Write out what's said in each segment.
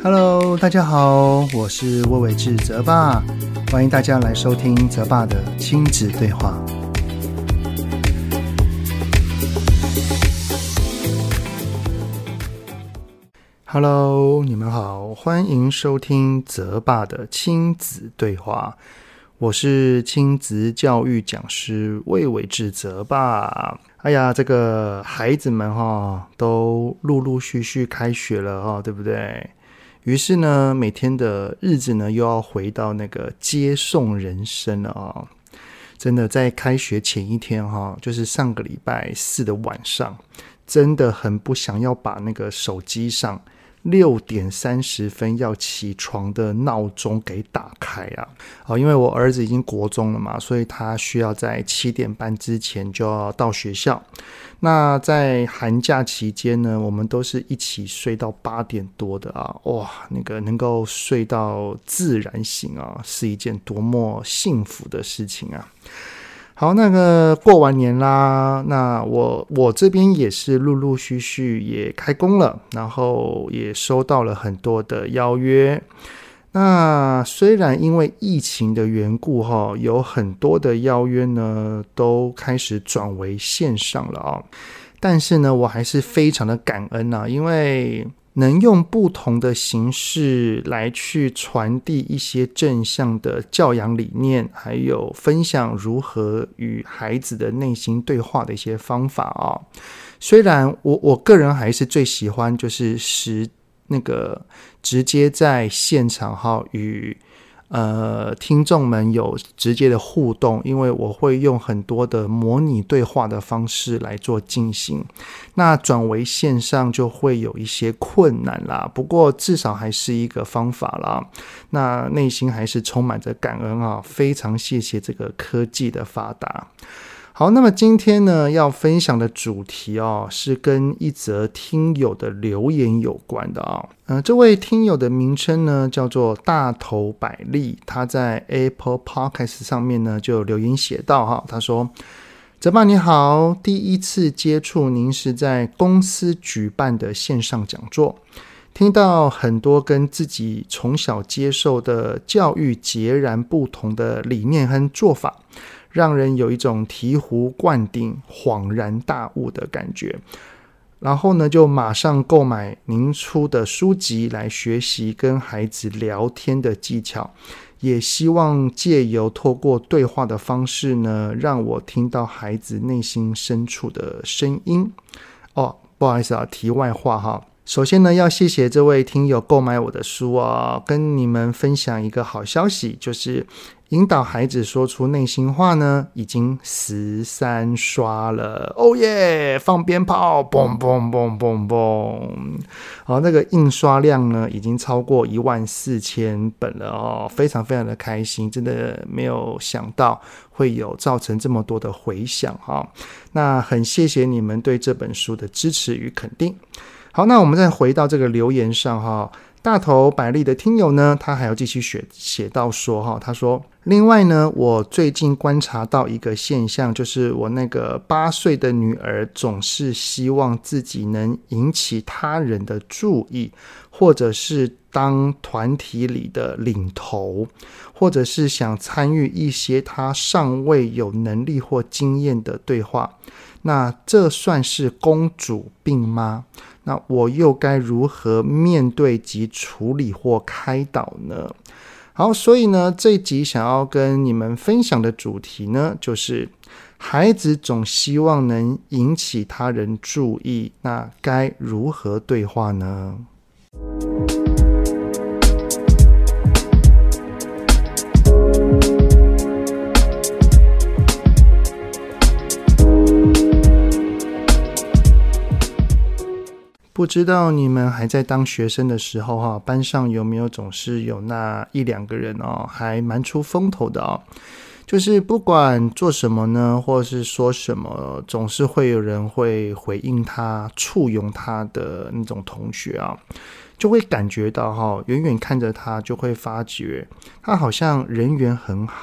Hello， 大家好，我是魏伟志泽爸，欢迎大家来收听泽爸的亲子对话。Hello， 你们好，欢迎收听泽爸的亲子对话。我是亲子教育讲师魏伟志泽爸。哎呀，这个孩子们都陆陆续续开学了对不对？于是呢，每天的日子呢又要回到那个接送人生了真的在开学前一天就是上个礼拜四的晚上，真的很不想要把那个手机上6点30分要起床的闹钟给打开因为我儿子已经国中了嘛，所以他需要在7点半之前就要到学校。那在寒假期间呢，我们都是一起睡到8点多的那个能够睡到自然醒是一件多么幸福的事情好，那个过完年啦，那我这边也是陆陆续续也开工了，然后也收到了很多的邀约。那虽然因为疫情的缘故有很多的邀约呢都开始转为线上了但是呢我还是非常的感恩因为能用不同的形式来去传递一些正向的教养理念，还有分享如何与孩子的内心对话的一些方法虽然我个人还是最喜欢就是直接在现场与听众们有直接的互动，因为我会用很多的模拟对话的方式来做进行。那转为线上就会有一些困难啦，不过至少还是一个方法啦。那内心还是充满着感恩非常谢谢这个科技的发达。好，那么今天呢要分享的主题是跟一则听友的留言有关的这位听友的名称呢叫做大头百丽，他在 Apple Podcast 上面呢就留言写到他说：泽爸你好，第一次接触您是在公司举办的线上讲座，听到很多跟自己从小接受的教育截然不同的理念和做法，让人有一种醍醐灌顶、恍然大悟的感觉。然后呢，就马上购买您出的书籍来学习跟孩子聊天的技巧，也希望借由透过对话的方式呢，让我听到孩子内心深处的声音。不好意思题外话首先呢，要谢谢这位听友购买我的书跟你们分享一个好消息，就是引导孩子说出内心话呢，已经13刷了。耶！放鞭炮，嘣嘣嘣嘣嘣！那个印刷量呢，已经超过14000本了非常非常的开心，真的没有想到会有造成这么多的回响那很谢谢你们对这本书的支持与肯定。好，那我们再回到这个留言上大头百丽的听友呢，他还要继续写到说他说另外呢，我最近观察到一个现象，就是我那个8岁的女儿总是希望自己能引起他人的注意，或者是当团体里的领头，或者是想参与一些她尚未有能力或经验的对话。那这算是公主病吗？那我又该如何面对及处理或开导呢？好，所以呢，这一集想要跟你们分享的主题呢，就是孩子总希望能引起他人注意，那该如何对话呢？不知道你们还在当学生的时候班上有没有总是有那1-2个人还蛮出风头的就是不管做什么呢，或是说什么，总是会有人会回应他、簇拥他的那种同学就会感觉到远远看着他就会发觉他好像人缘很好，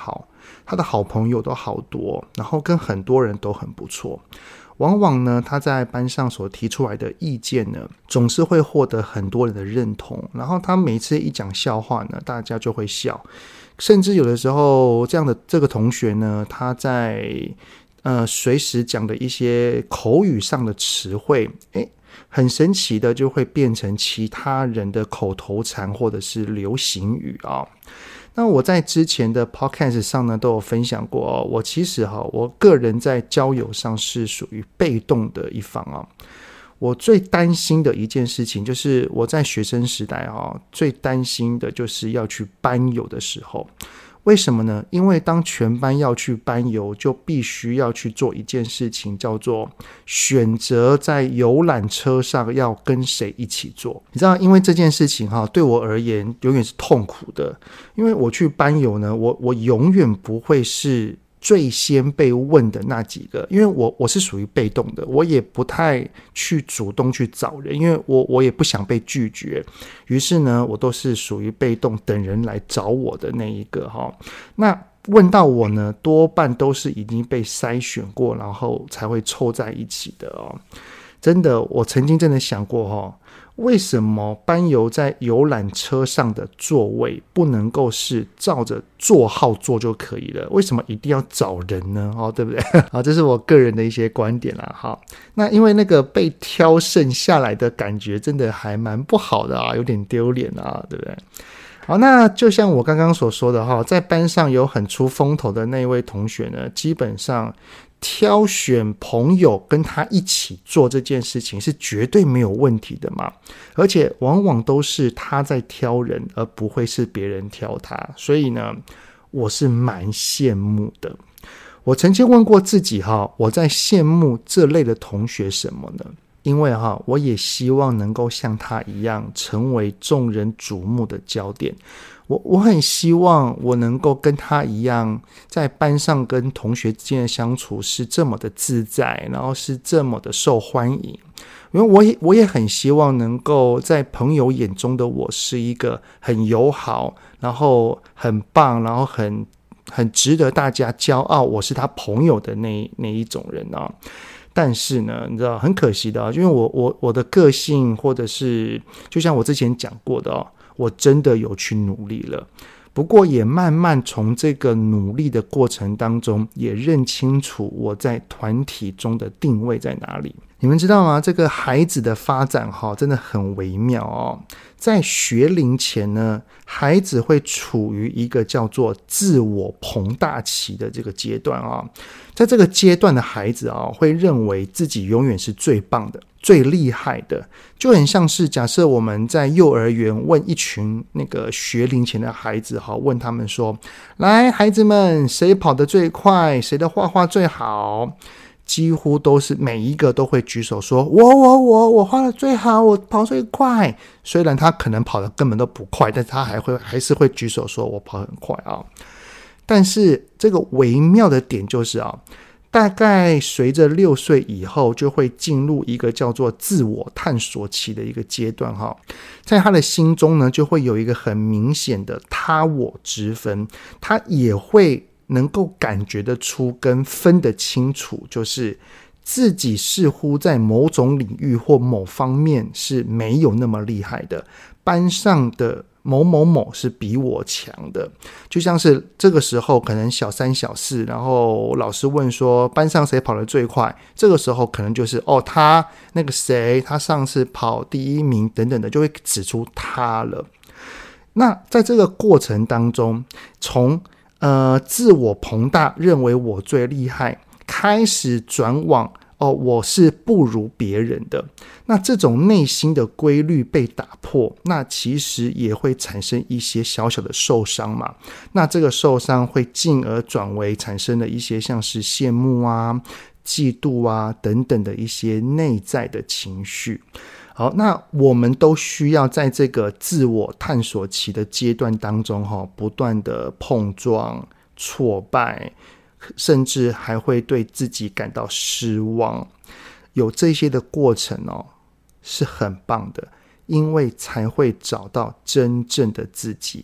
他的好朋友都好多，然后跟很多人都很不错。往往呢，他在班上所提出来的意见呢，总是会获得很多人的认同。然后他每次一讲笑话呢，大家就会笑。甚至有的时候，这个同学呢，他在随时讲的一些口语上的词汇，很神奇的就会变成其他人的口头禅或者是流行语啊。那我在之前的 podcast 上呢都有分享过我其实我个人在交友上是属于被动的一方啊。我最担心的一件事情就是我在学生时代最担心的就是要去班游的时候。为什么呢？因为当全班要去班游，就必须要去做一件事情，叫做选择在游览车上要跟谁一起坐。你知道，因为这件事情对我而言永远是痛苦的，因为我去班游呢，我永远不会是最先被问的那几个，因为我是属于被动的，我也不太去主动去找人，因为我也不想被拒绝，于是呢，我都是属于被动等人来找我的那一个那问到我呢，多半都是已经被筛选过，然后才会凑在一起的真的，我曾经真的想过为什么班游在游览车上的座位不能够是照着座号坐就可以了？为什么一定要找人呢？对不对？这是我个人的一些观点啦。那因为那个被挑剩下来的感觉真的还蛮不好的有点丢脸对不对？好，那就像我刚刚所说的在班上有很出风头的那位同学呢，基本上挑选朋友跟他一起做这件事情是绝对没有问题的嘛，而且往往都是他在挑人，而不会是别人挑他，所以呢，我是蛮羡慕的。我曾经问过自己我在羡慕这类的同学什么呢？因为我也希望能够像他一样成为众人瞩目的焦点。我很希望我能够跟他一样，在班上跟同学之间的相处是这么的自在，然后是这么的受欢迎。因为我也很希望能够在朋友眼中的我是一个很友好，然后很棒，然后很值得大家骄傲我是他朋友的那一种人但是呢，你知道很可惜的因为我的个性，或者是就像我之前讲过的我真的有去努力了，不过也慢慢从这个努力的过程当中，也认清楚我在团体中的定位在哪里。你们知道吗？这个孩子的发展真的很微妙在学龄前呢，孩子会处于一个叫做自我膨大期的这个阶段在这个阶段的孩子会认为自己永远是最棒的、最厉害的，就很像是假设我们在幼儿园问一群那个学龄前的孩子问他们说，来孩子们，谁跑得最快，谁的画画最好，几乎都是每一个都会举手说我画得最好，我跑最快。虽然他可能跑得根本都不快，但是他还是会举手说我跑很快但是这个微妙的点就是大概随着6岁以后，就会进入一个叫做自我探索期的一个阶段在他的心中呢，就会有一个很明显的他我之分，他也会能够感觉得出跟分得清楚，就是自己似乎在某种领域或某方面是没有那么厉害的，班上的某某某是比我强的。就像是这个时候可能小3小4，然后老师问说班上谁跑得最快，这个时候可能就是他那个谁他上次跑第1名等等的，就会指出他了。那在这个过程当中，从自我膨大认为我最厉害，开始转往我是不如别人的，那这种内心的规律被打破，那其实也会产生一些小小的受伤嘛。那这个受伤会进而转为产生了一些像是羡慕嫉妒等等的一些内在的情绪。好，那我们都需要在这个自我探索期的阶段当中不断的碰撞、挫败，甚至还会对自己感到失望。有这些的过程是很棒的，因为才会找到真正的自己，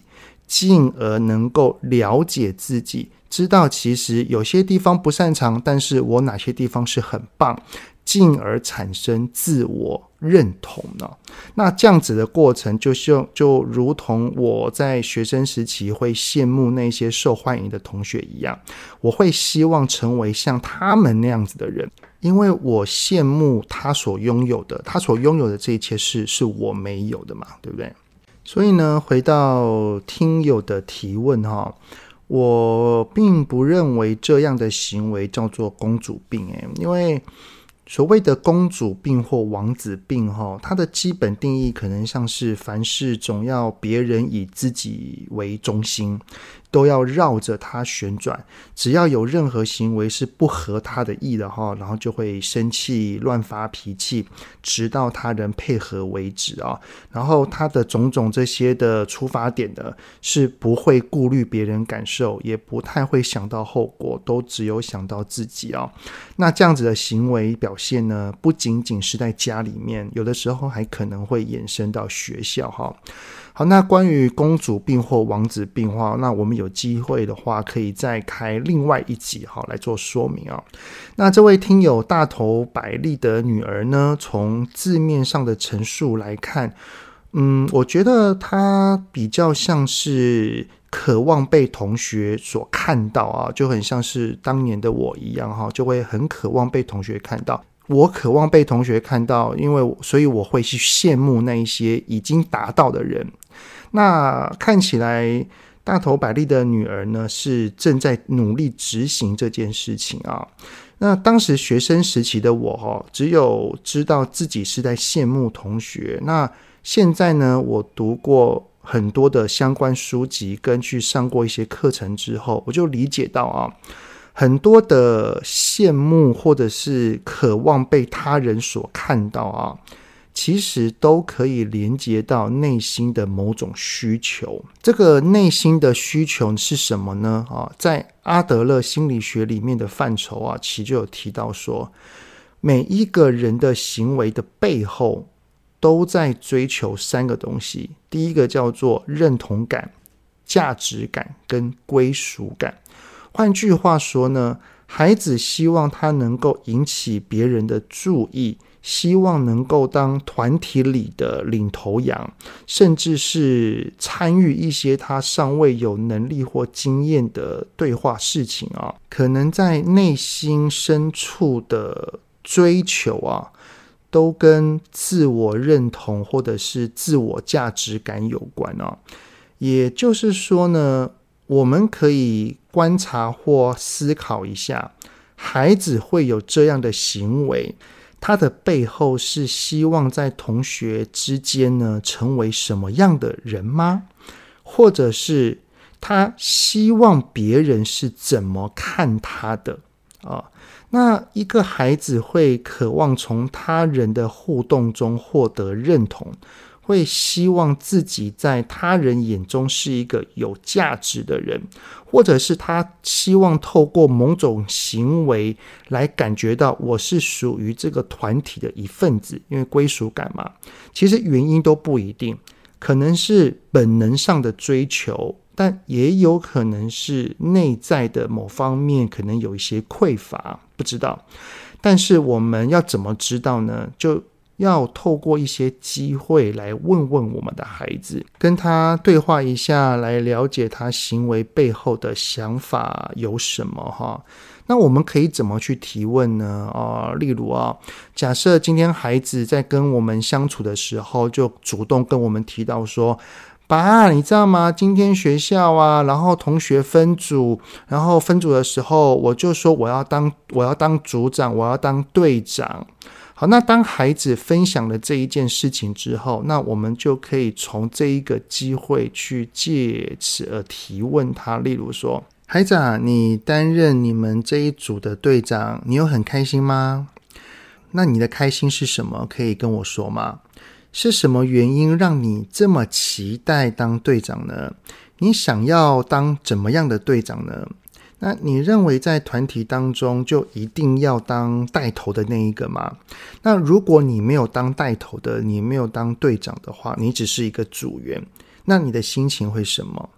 进而能够了解自己，知道其实有些地方不擅长，但是我哪些地方是很棒，进而产生自我认同呢？那这样子的过程就如同我在学生时期会羡慕那些受欢迎的同学一样，我会希望成为像他们那样子的人，因为我羡慕他所拥有的这一切是我没有的嘛，对不对？所以呢，回到听友的提问哈，我并不认为这样的行为叫做公主病因为所谓的公主病或王子病它的基本定义可能像是凡事总要别人以自己为中心，都要绕着他旋转，只要有任何行为是不合他的意的然后就会生气乱发脾气，直到他人配合为止然后他的种种这些的出发点的是不会顾虑别人感受，也不太会想到后果，都只有想到自己那这样子的行为表现呢，不仅仅是在家里面，有的时候还可能会延伸到学校好，那关于公主病或王子病那我们有机会的话可以再开另外一集来做说明那这位听友大头百丽的女儿呢，从字面上的陈述来看，我觉得她比较像是渴望被同学所看到就很像是当年的我一样就会很渴望被同学看到。我渴望被同学看到，所以我会去羡慕那一些已经达到的人。那看起来大头百丽的女儿呢，是正在努力执行这件事情那当时学生时期的我只有知道自己是在羡慕同学。那现在呢，我读过很多的相关书籍跟去上过一些课程之后，我就理解到很多的羡慕或者是渴望被他人所看到其实都可以连接到内心的某种需求。这个内心的需求是什么呢？在阿德勒心理学里面的范畴其实就有提到说，每一个人的行为的背后都在追求三个东西。第一个叫做认同感、价值感跟归属感。换句话说呢，孩子希望他能够引起别人的注意，希望能够当团体里的领头羊，甚至是参与一些他尚未有能力或经验的对话事情可能在内心深处的追求都跟自我认同或者是自我价值感有关也就是说呢，我们可以观察或思考一下，孩子会有这样的行为，他的背后是希望在同学之间呢成为什么样的人吗？或者是他希望别人是怎么看他的那一个孩子会渴望从他人的互动中获得认同，会希望自己在他人眼中是一个有价值的人，或者是他希望透过某种行为来感觉到我是属于这个团体的一份子，因为归属感嘛。其实原因都不一定，可能是本能上的追求，但也有可能是内在的某方面可能有一些匮乏，不知道。但是我们要怎么知道呢？就要透过一些机会来问问我们的孩子，跟他对话一下，来了解他行为背后的想法有什么那我们可以怎么去提问呢？例如假设今天孩子在跟我们相处的时候，就主动跟我们提到说，爸，你知道吗？今天学校然后同学分组，然后分组的时候，我就说我要当组长，我要当队长。好，那当孩子分享了这一件事情之后，那我们就可以从这一个机会去借此而提问他。例如说，孩子你担任你们这一组的队长，你有很开心吗？那你的开心是什么？可以跟我说吗？是什么原因让你这么期待当队长呢？你想要当怎么样的队长呢？那你认为在团体当中就一定要当带头的那一个吗？那如果你没有当带头的，你没有当队长的话，你只是一个组员，那你的心情会什么？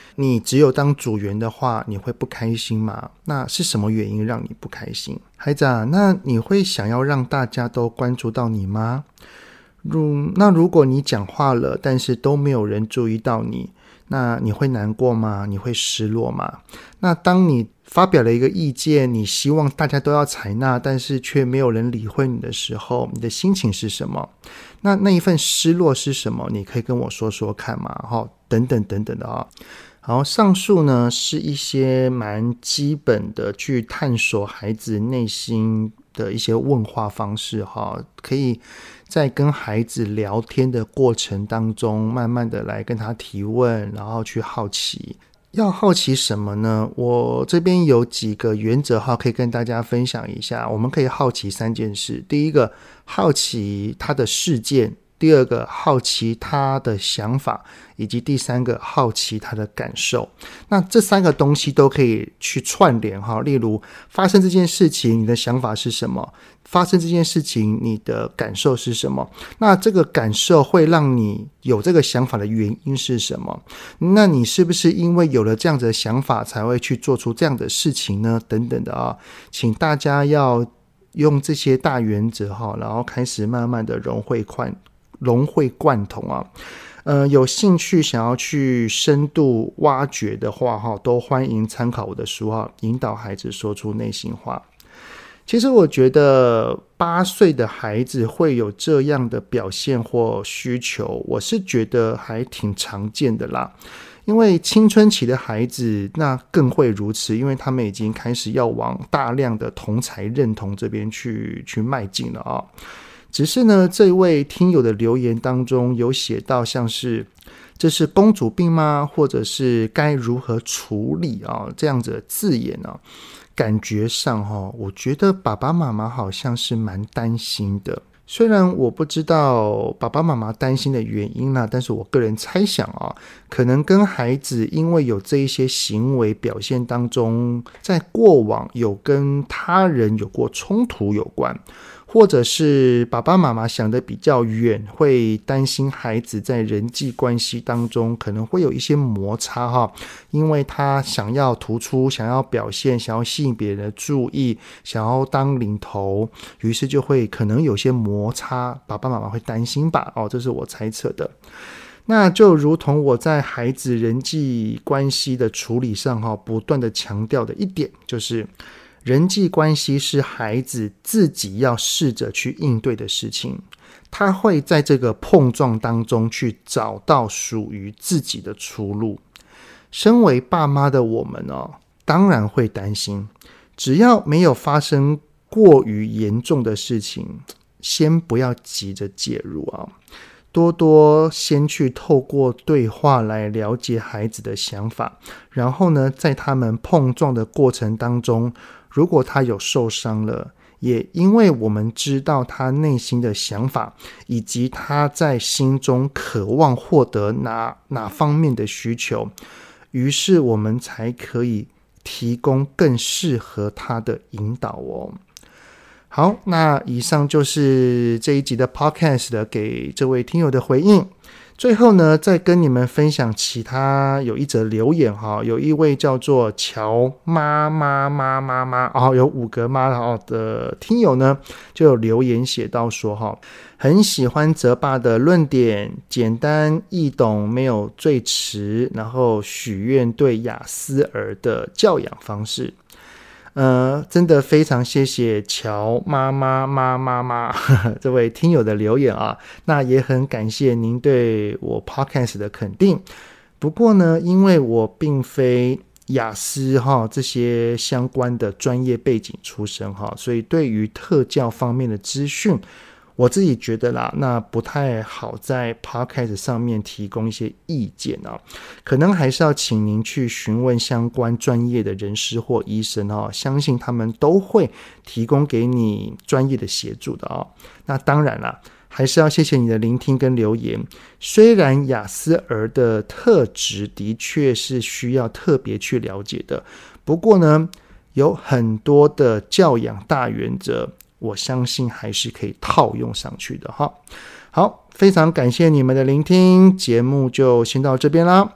你只有当组员的话，你会不开心吗？那是什么原因让你不开心？孩子啊，那你会想要让大家都关注到你吗？那如果你讲话了，但是都没有人注意到你，那你会难过吗？你会失落吗？那当你发表了一个意见，你希望大家都要采纳，但是却没有人理会你的时候，你的心情是什么？那一份失落是什么？你可以跟我说说看嘛，等等等等的啊。好，上述呢是一些蛮基本的去探索孩子内心的一些问话方式哈，可以在跟孩子聊天的过程当中，慢慢的来跟他提问，然后去好奇。要好奇什么呢？我这边有几个原则可以跟大家分享一下。我们可以好奇3件事：第一个，好奇他的事件；第二个，好奇他的想法；以及第三个，好奇他的感受。那这3个东西都可以去串联例如发生这件事情，你的想法是什么？发生这件事情，你的感受是什么？那这个感受会让你有这个想法的原因是什么？那你是不是因为有了这样子的想法才会去做出这样的事情呢？等等的请大家要用这些大原则然后开始慢慢的融会贯通有兴趣想要去深度挖掘的话都欢迎参考我的书引导孩子说出内心话。其实我觉得8岁的孩子会有这样的表现或需求，我是觉得还挺常见的啦。因为青春期的孩子那更会如此，因为他们已经开始要往大量的同侪认同这边去迈进了只是呢，这位听友的留言当中有写到像是这是公主病吗？或者是该如何处理这样子的字眼感觉上我觉得爸爸妈妈好像是蛮担心的。虽然我不知道爸爸妈妈担心的原因但是我个人猜想可能跟孩子因为有这一些行为表现当中，在过往有跟他人有过冲突有关，或者是爸爸妈妈想得比较远，会担心孩子在人际关系当中可能会有一些摩擦因为他想要突出，想要表现，想要吸引别人的注意，想要当领头，于是就会可能有些摩擦，爸爸妈妈会担心吧这是我猜测的。那就如同我在孩子人际关系的处理上不断的强调的一点，就是人际关系是孩子自己要试着去应对的事情，他会在这个碰撞当中去找到属于自己的出路。身为爸妈的我们当然会担心，只要没有发生过于严重的事情，先不要急着介入多多先去透过对话来了解孩子的想法，然后呢，在他们碰撞的过程当中，如果他有受伤了，也因为我们知道他内心的想法，以及他在心中渴望获得哪方面的需求，于是我们才可以提供更适合他的引导好，那以上就是这一集的 podcast 的给这位听友的回应。最后呢，再跟你们分享其他有一则留言有一位叫做乔妈有5个妈的听友呢，就有留言写到说很喜欢泽爸的论点，简单易懂，没有赘词，然后许愿对雅思儿的教养方式。真的非常谢谢乔妈这位听友的留言那也很感谢您对我 podcast 的肯定。不过呢，因为我并非雅思这些相关的专业背景出身所以对于特教方面的资讯，我自己觉得啦，那不太好在 podcast 上面提供一些意见可能还是要请您去询问相关专业的人士或医生相信他们都会提供给你专业的协助的那当然啦，还是要谢谢你的聆听跟留言。虽然雅思儿的特质的确是需要特别去了解的，不过呢，有很多的教养大原则，我相信还是可以套用上去的好，非常感谢你们的聆听，节目就先到这边啦。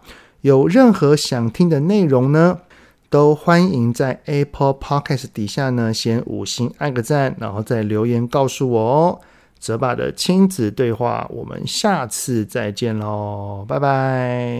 有任何想听的内容呢，都欢迎在 Apple Podcast 底下呢先5星按个赞，然后再留言告诉我哦。泽爸的亲子对话，我们下次再见咯，拜拜。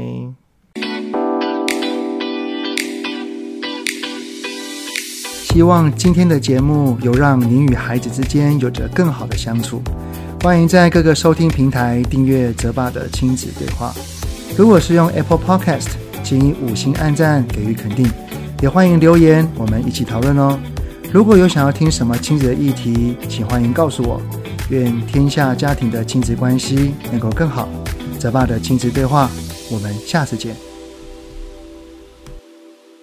希望今天的节目有让您与孩子之间有着更好的相处。欢迎在各个收听平台订阅泽爸的亲子对话。如果是用 Apple Podcast， 请以5星按赞给予肯定，也欢迎留言，我们一起讨论哦。如果有想要听什么亲子的议题，请欢迎告诉我。愿天下家庭的亲子关系能够更好。泽爸的亲子对话，我们下次见。